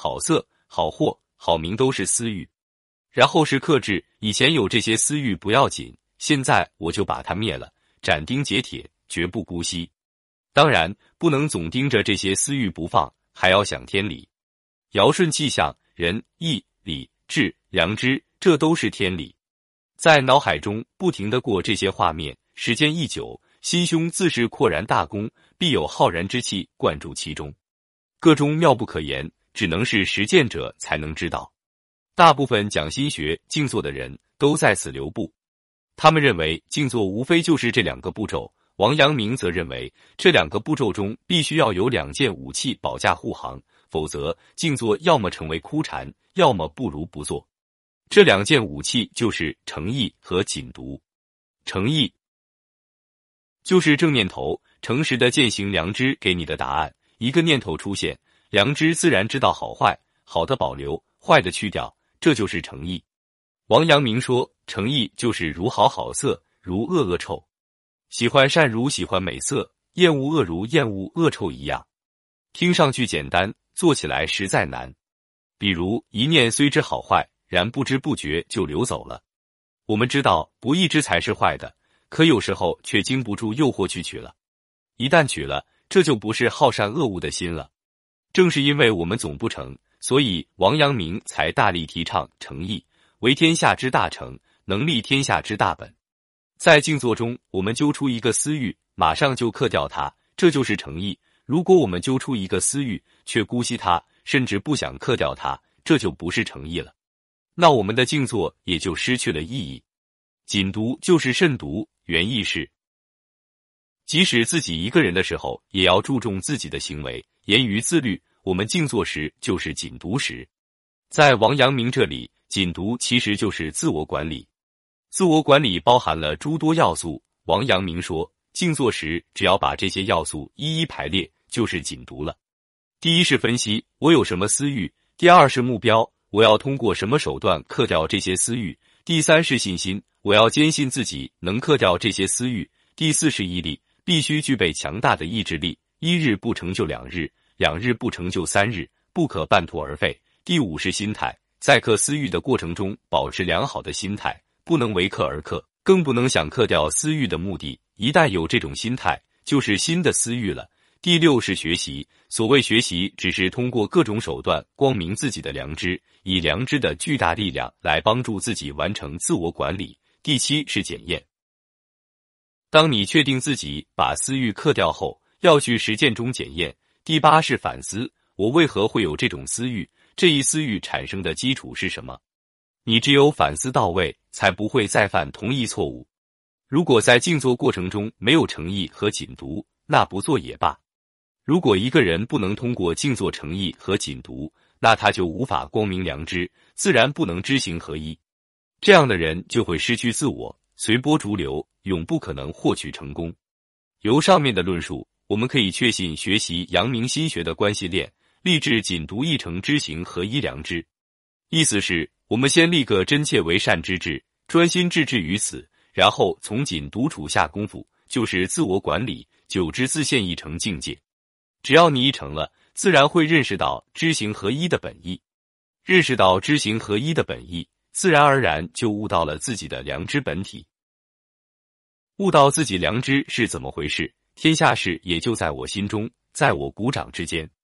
好色、好货、好名都是私欲。然后是克制，以前有这些私欲不要紧，现在我就把它灭了，斩钉截铁，绝不姑息。当然，不能总盯着这些私欲不放，还要想天理。尧舜气象、仁、义、礼、智、良知，这都是天理。在脑海中不停地过这些画面，时间一久，心胸自是阔然大公，必有浩然之气灌注其中，各中妙不可言，只能是实践者才能知道。大部分讲心学、静坐的人都在此留步，他们认为静坐无非就是这2个步骤。王阳明则认为这2个步骤中必须要有2件武器保驾护航，否则静坐要么成为枯禅，要么不如不做。这2件武器就是诚意和谨读。诚意就是正念头，诚实的践行良知给你的答案。一个念头出现，良知自然知道好坏，好的保留，坏的去掉，这就是诚意。王阳明说，诚意就是如好好色，如恶恶臭，喜欢善如喜欢美色，厌恶恶如厌恶恶臭一样。听上去简单，做起来实在难。比如一念虽知好坏，然不知不觉就流走了。我们知道不义之财是坏的，可有时候却经不住诱惑去取了。一旦取了，这就不是好善恶恶的心了。正是因为我们总不成，所以王阳明才大力提倡诚意，为天下之大成，能立天下之大本。在静坐中，我们揪出一个私欲，马上就克掉它，这就是诚意。如果我们揪出一个私欲，却姑息它，甚至不想克掉它，这就不是诚意了。那我们的静坐也就失去了意义。谨读就是慎独，原意是即使自己一个人的时候，也要注重自己的行为，言语自律。我们静坐时就是谨读时。在王阳明这里，谨读其实就是自我管理。自我管理包含了诸多要素。王阳明说，静坐时只要把这些要素一一排列，就是谨读了。第一是分析我有什么私欲，第二是目标，我要通过什么手段克掉这些私欲，第三是信心，我要坚信自己能克掉这些私欲，第四是毅力，必须具备强大的意志力，1日不成就2日，2日不成就3日，不可半途而废。第五是心态，在克私欲的过程中保持良好的心态，不能为克而克，更不能想克掉私欲的目的，一旦有这种心态，就是新的私欲了。第六是学习，所谓学习，只是通过各种手段光明自己的良知，以良知的巨大力量来帮助自己完成自我管理。第七是检验，当你确定自己把私欲克掉后，要去实践中检验。第八是反思，我为何会有这种私欲？这一私欲产生的基础是什么？你只有反思到位，才不会再犯同一错误。如果在静坐过程中没有诚意和谨读，那不做也罢。如果一个人不能通过静坐诚意和谨读，那他就无法光明良知，自然不能知行合一。这样的人就会失去自我，随波逐流，永不可能获取成功。由上面的论述，我们可以确信学习阳明心学的关系链，立志谨读一成知行合一良知。意思是，我们先立个真切为善之志，专心致志于此，然后从谨读处下功夫，就是自我管理，久之自现一成境界。只要你一成了，自然会认识到知行合一的本意。认识到知行合一的本意，自然而然就悟到了自己的良知本体。悟到自己良知是怎么回事，天下事也就在我心中，在我鼓掌之间。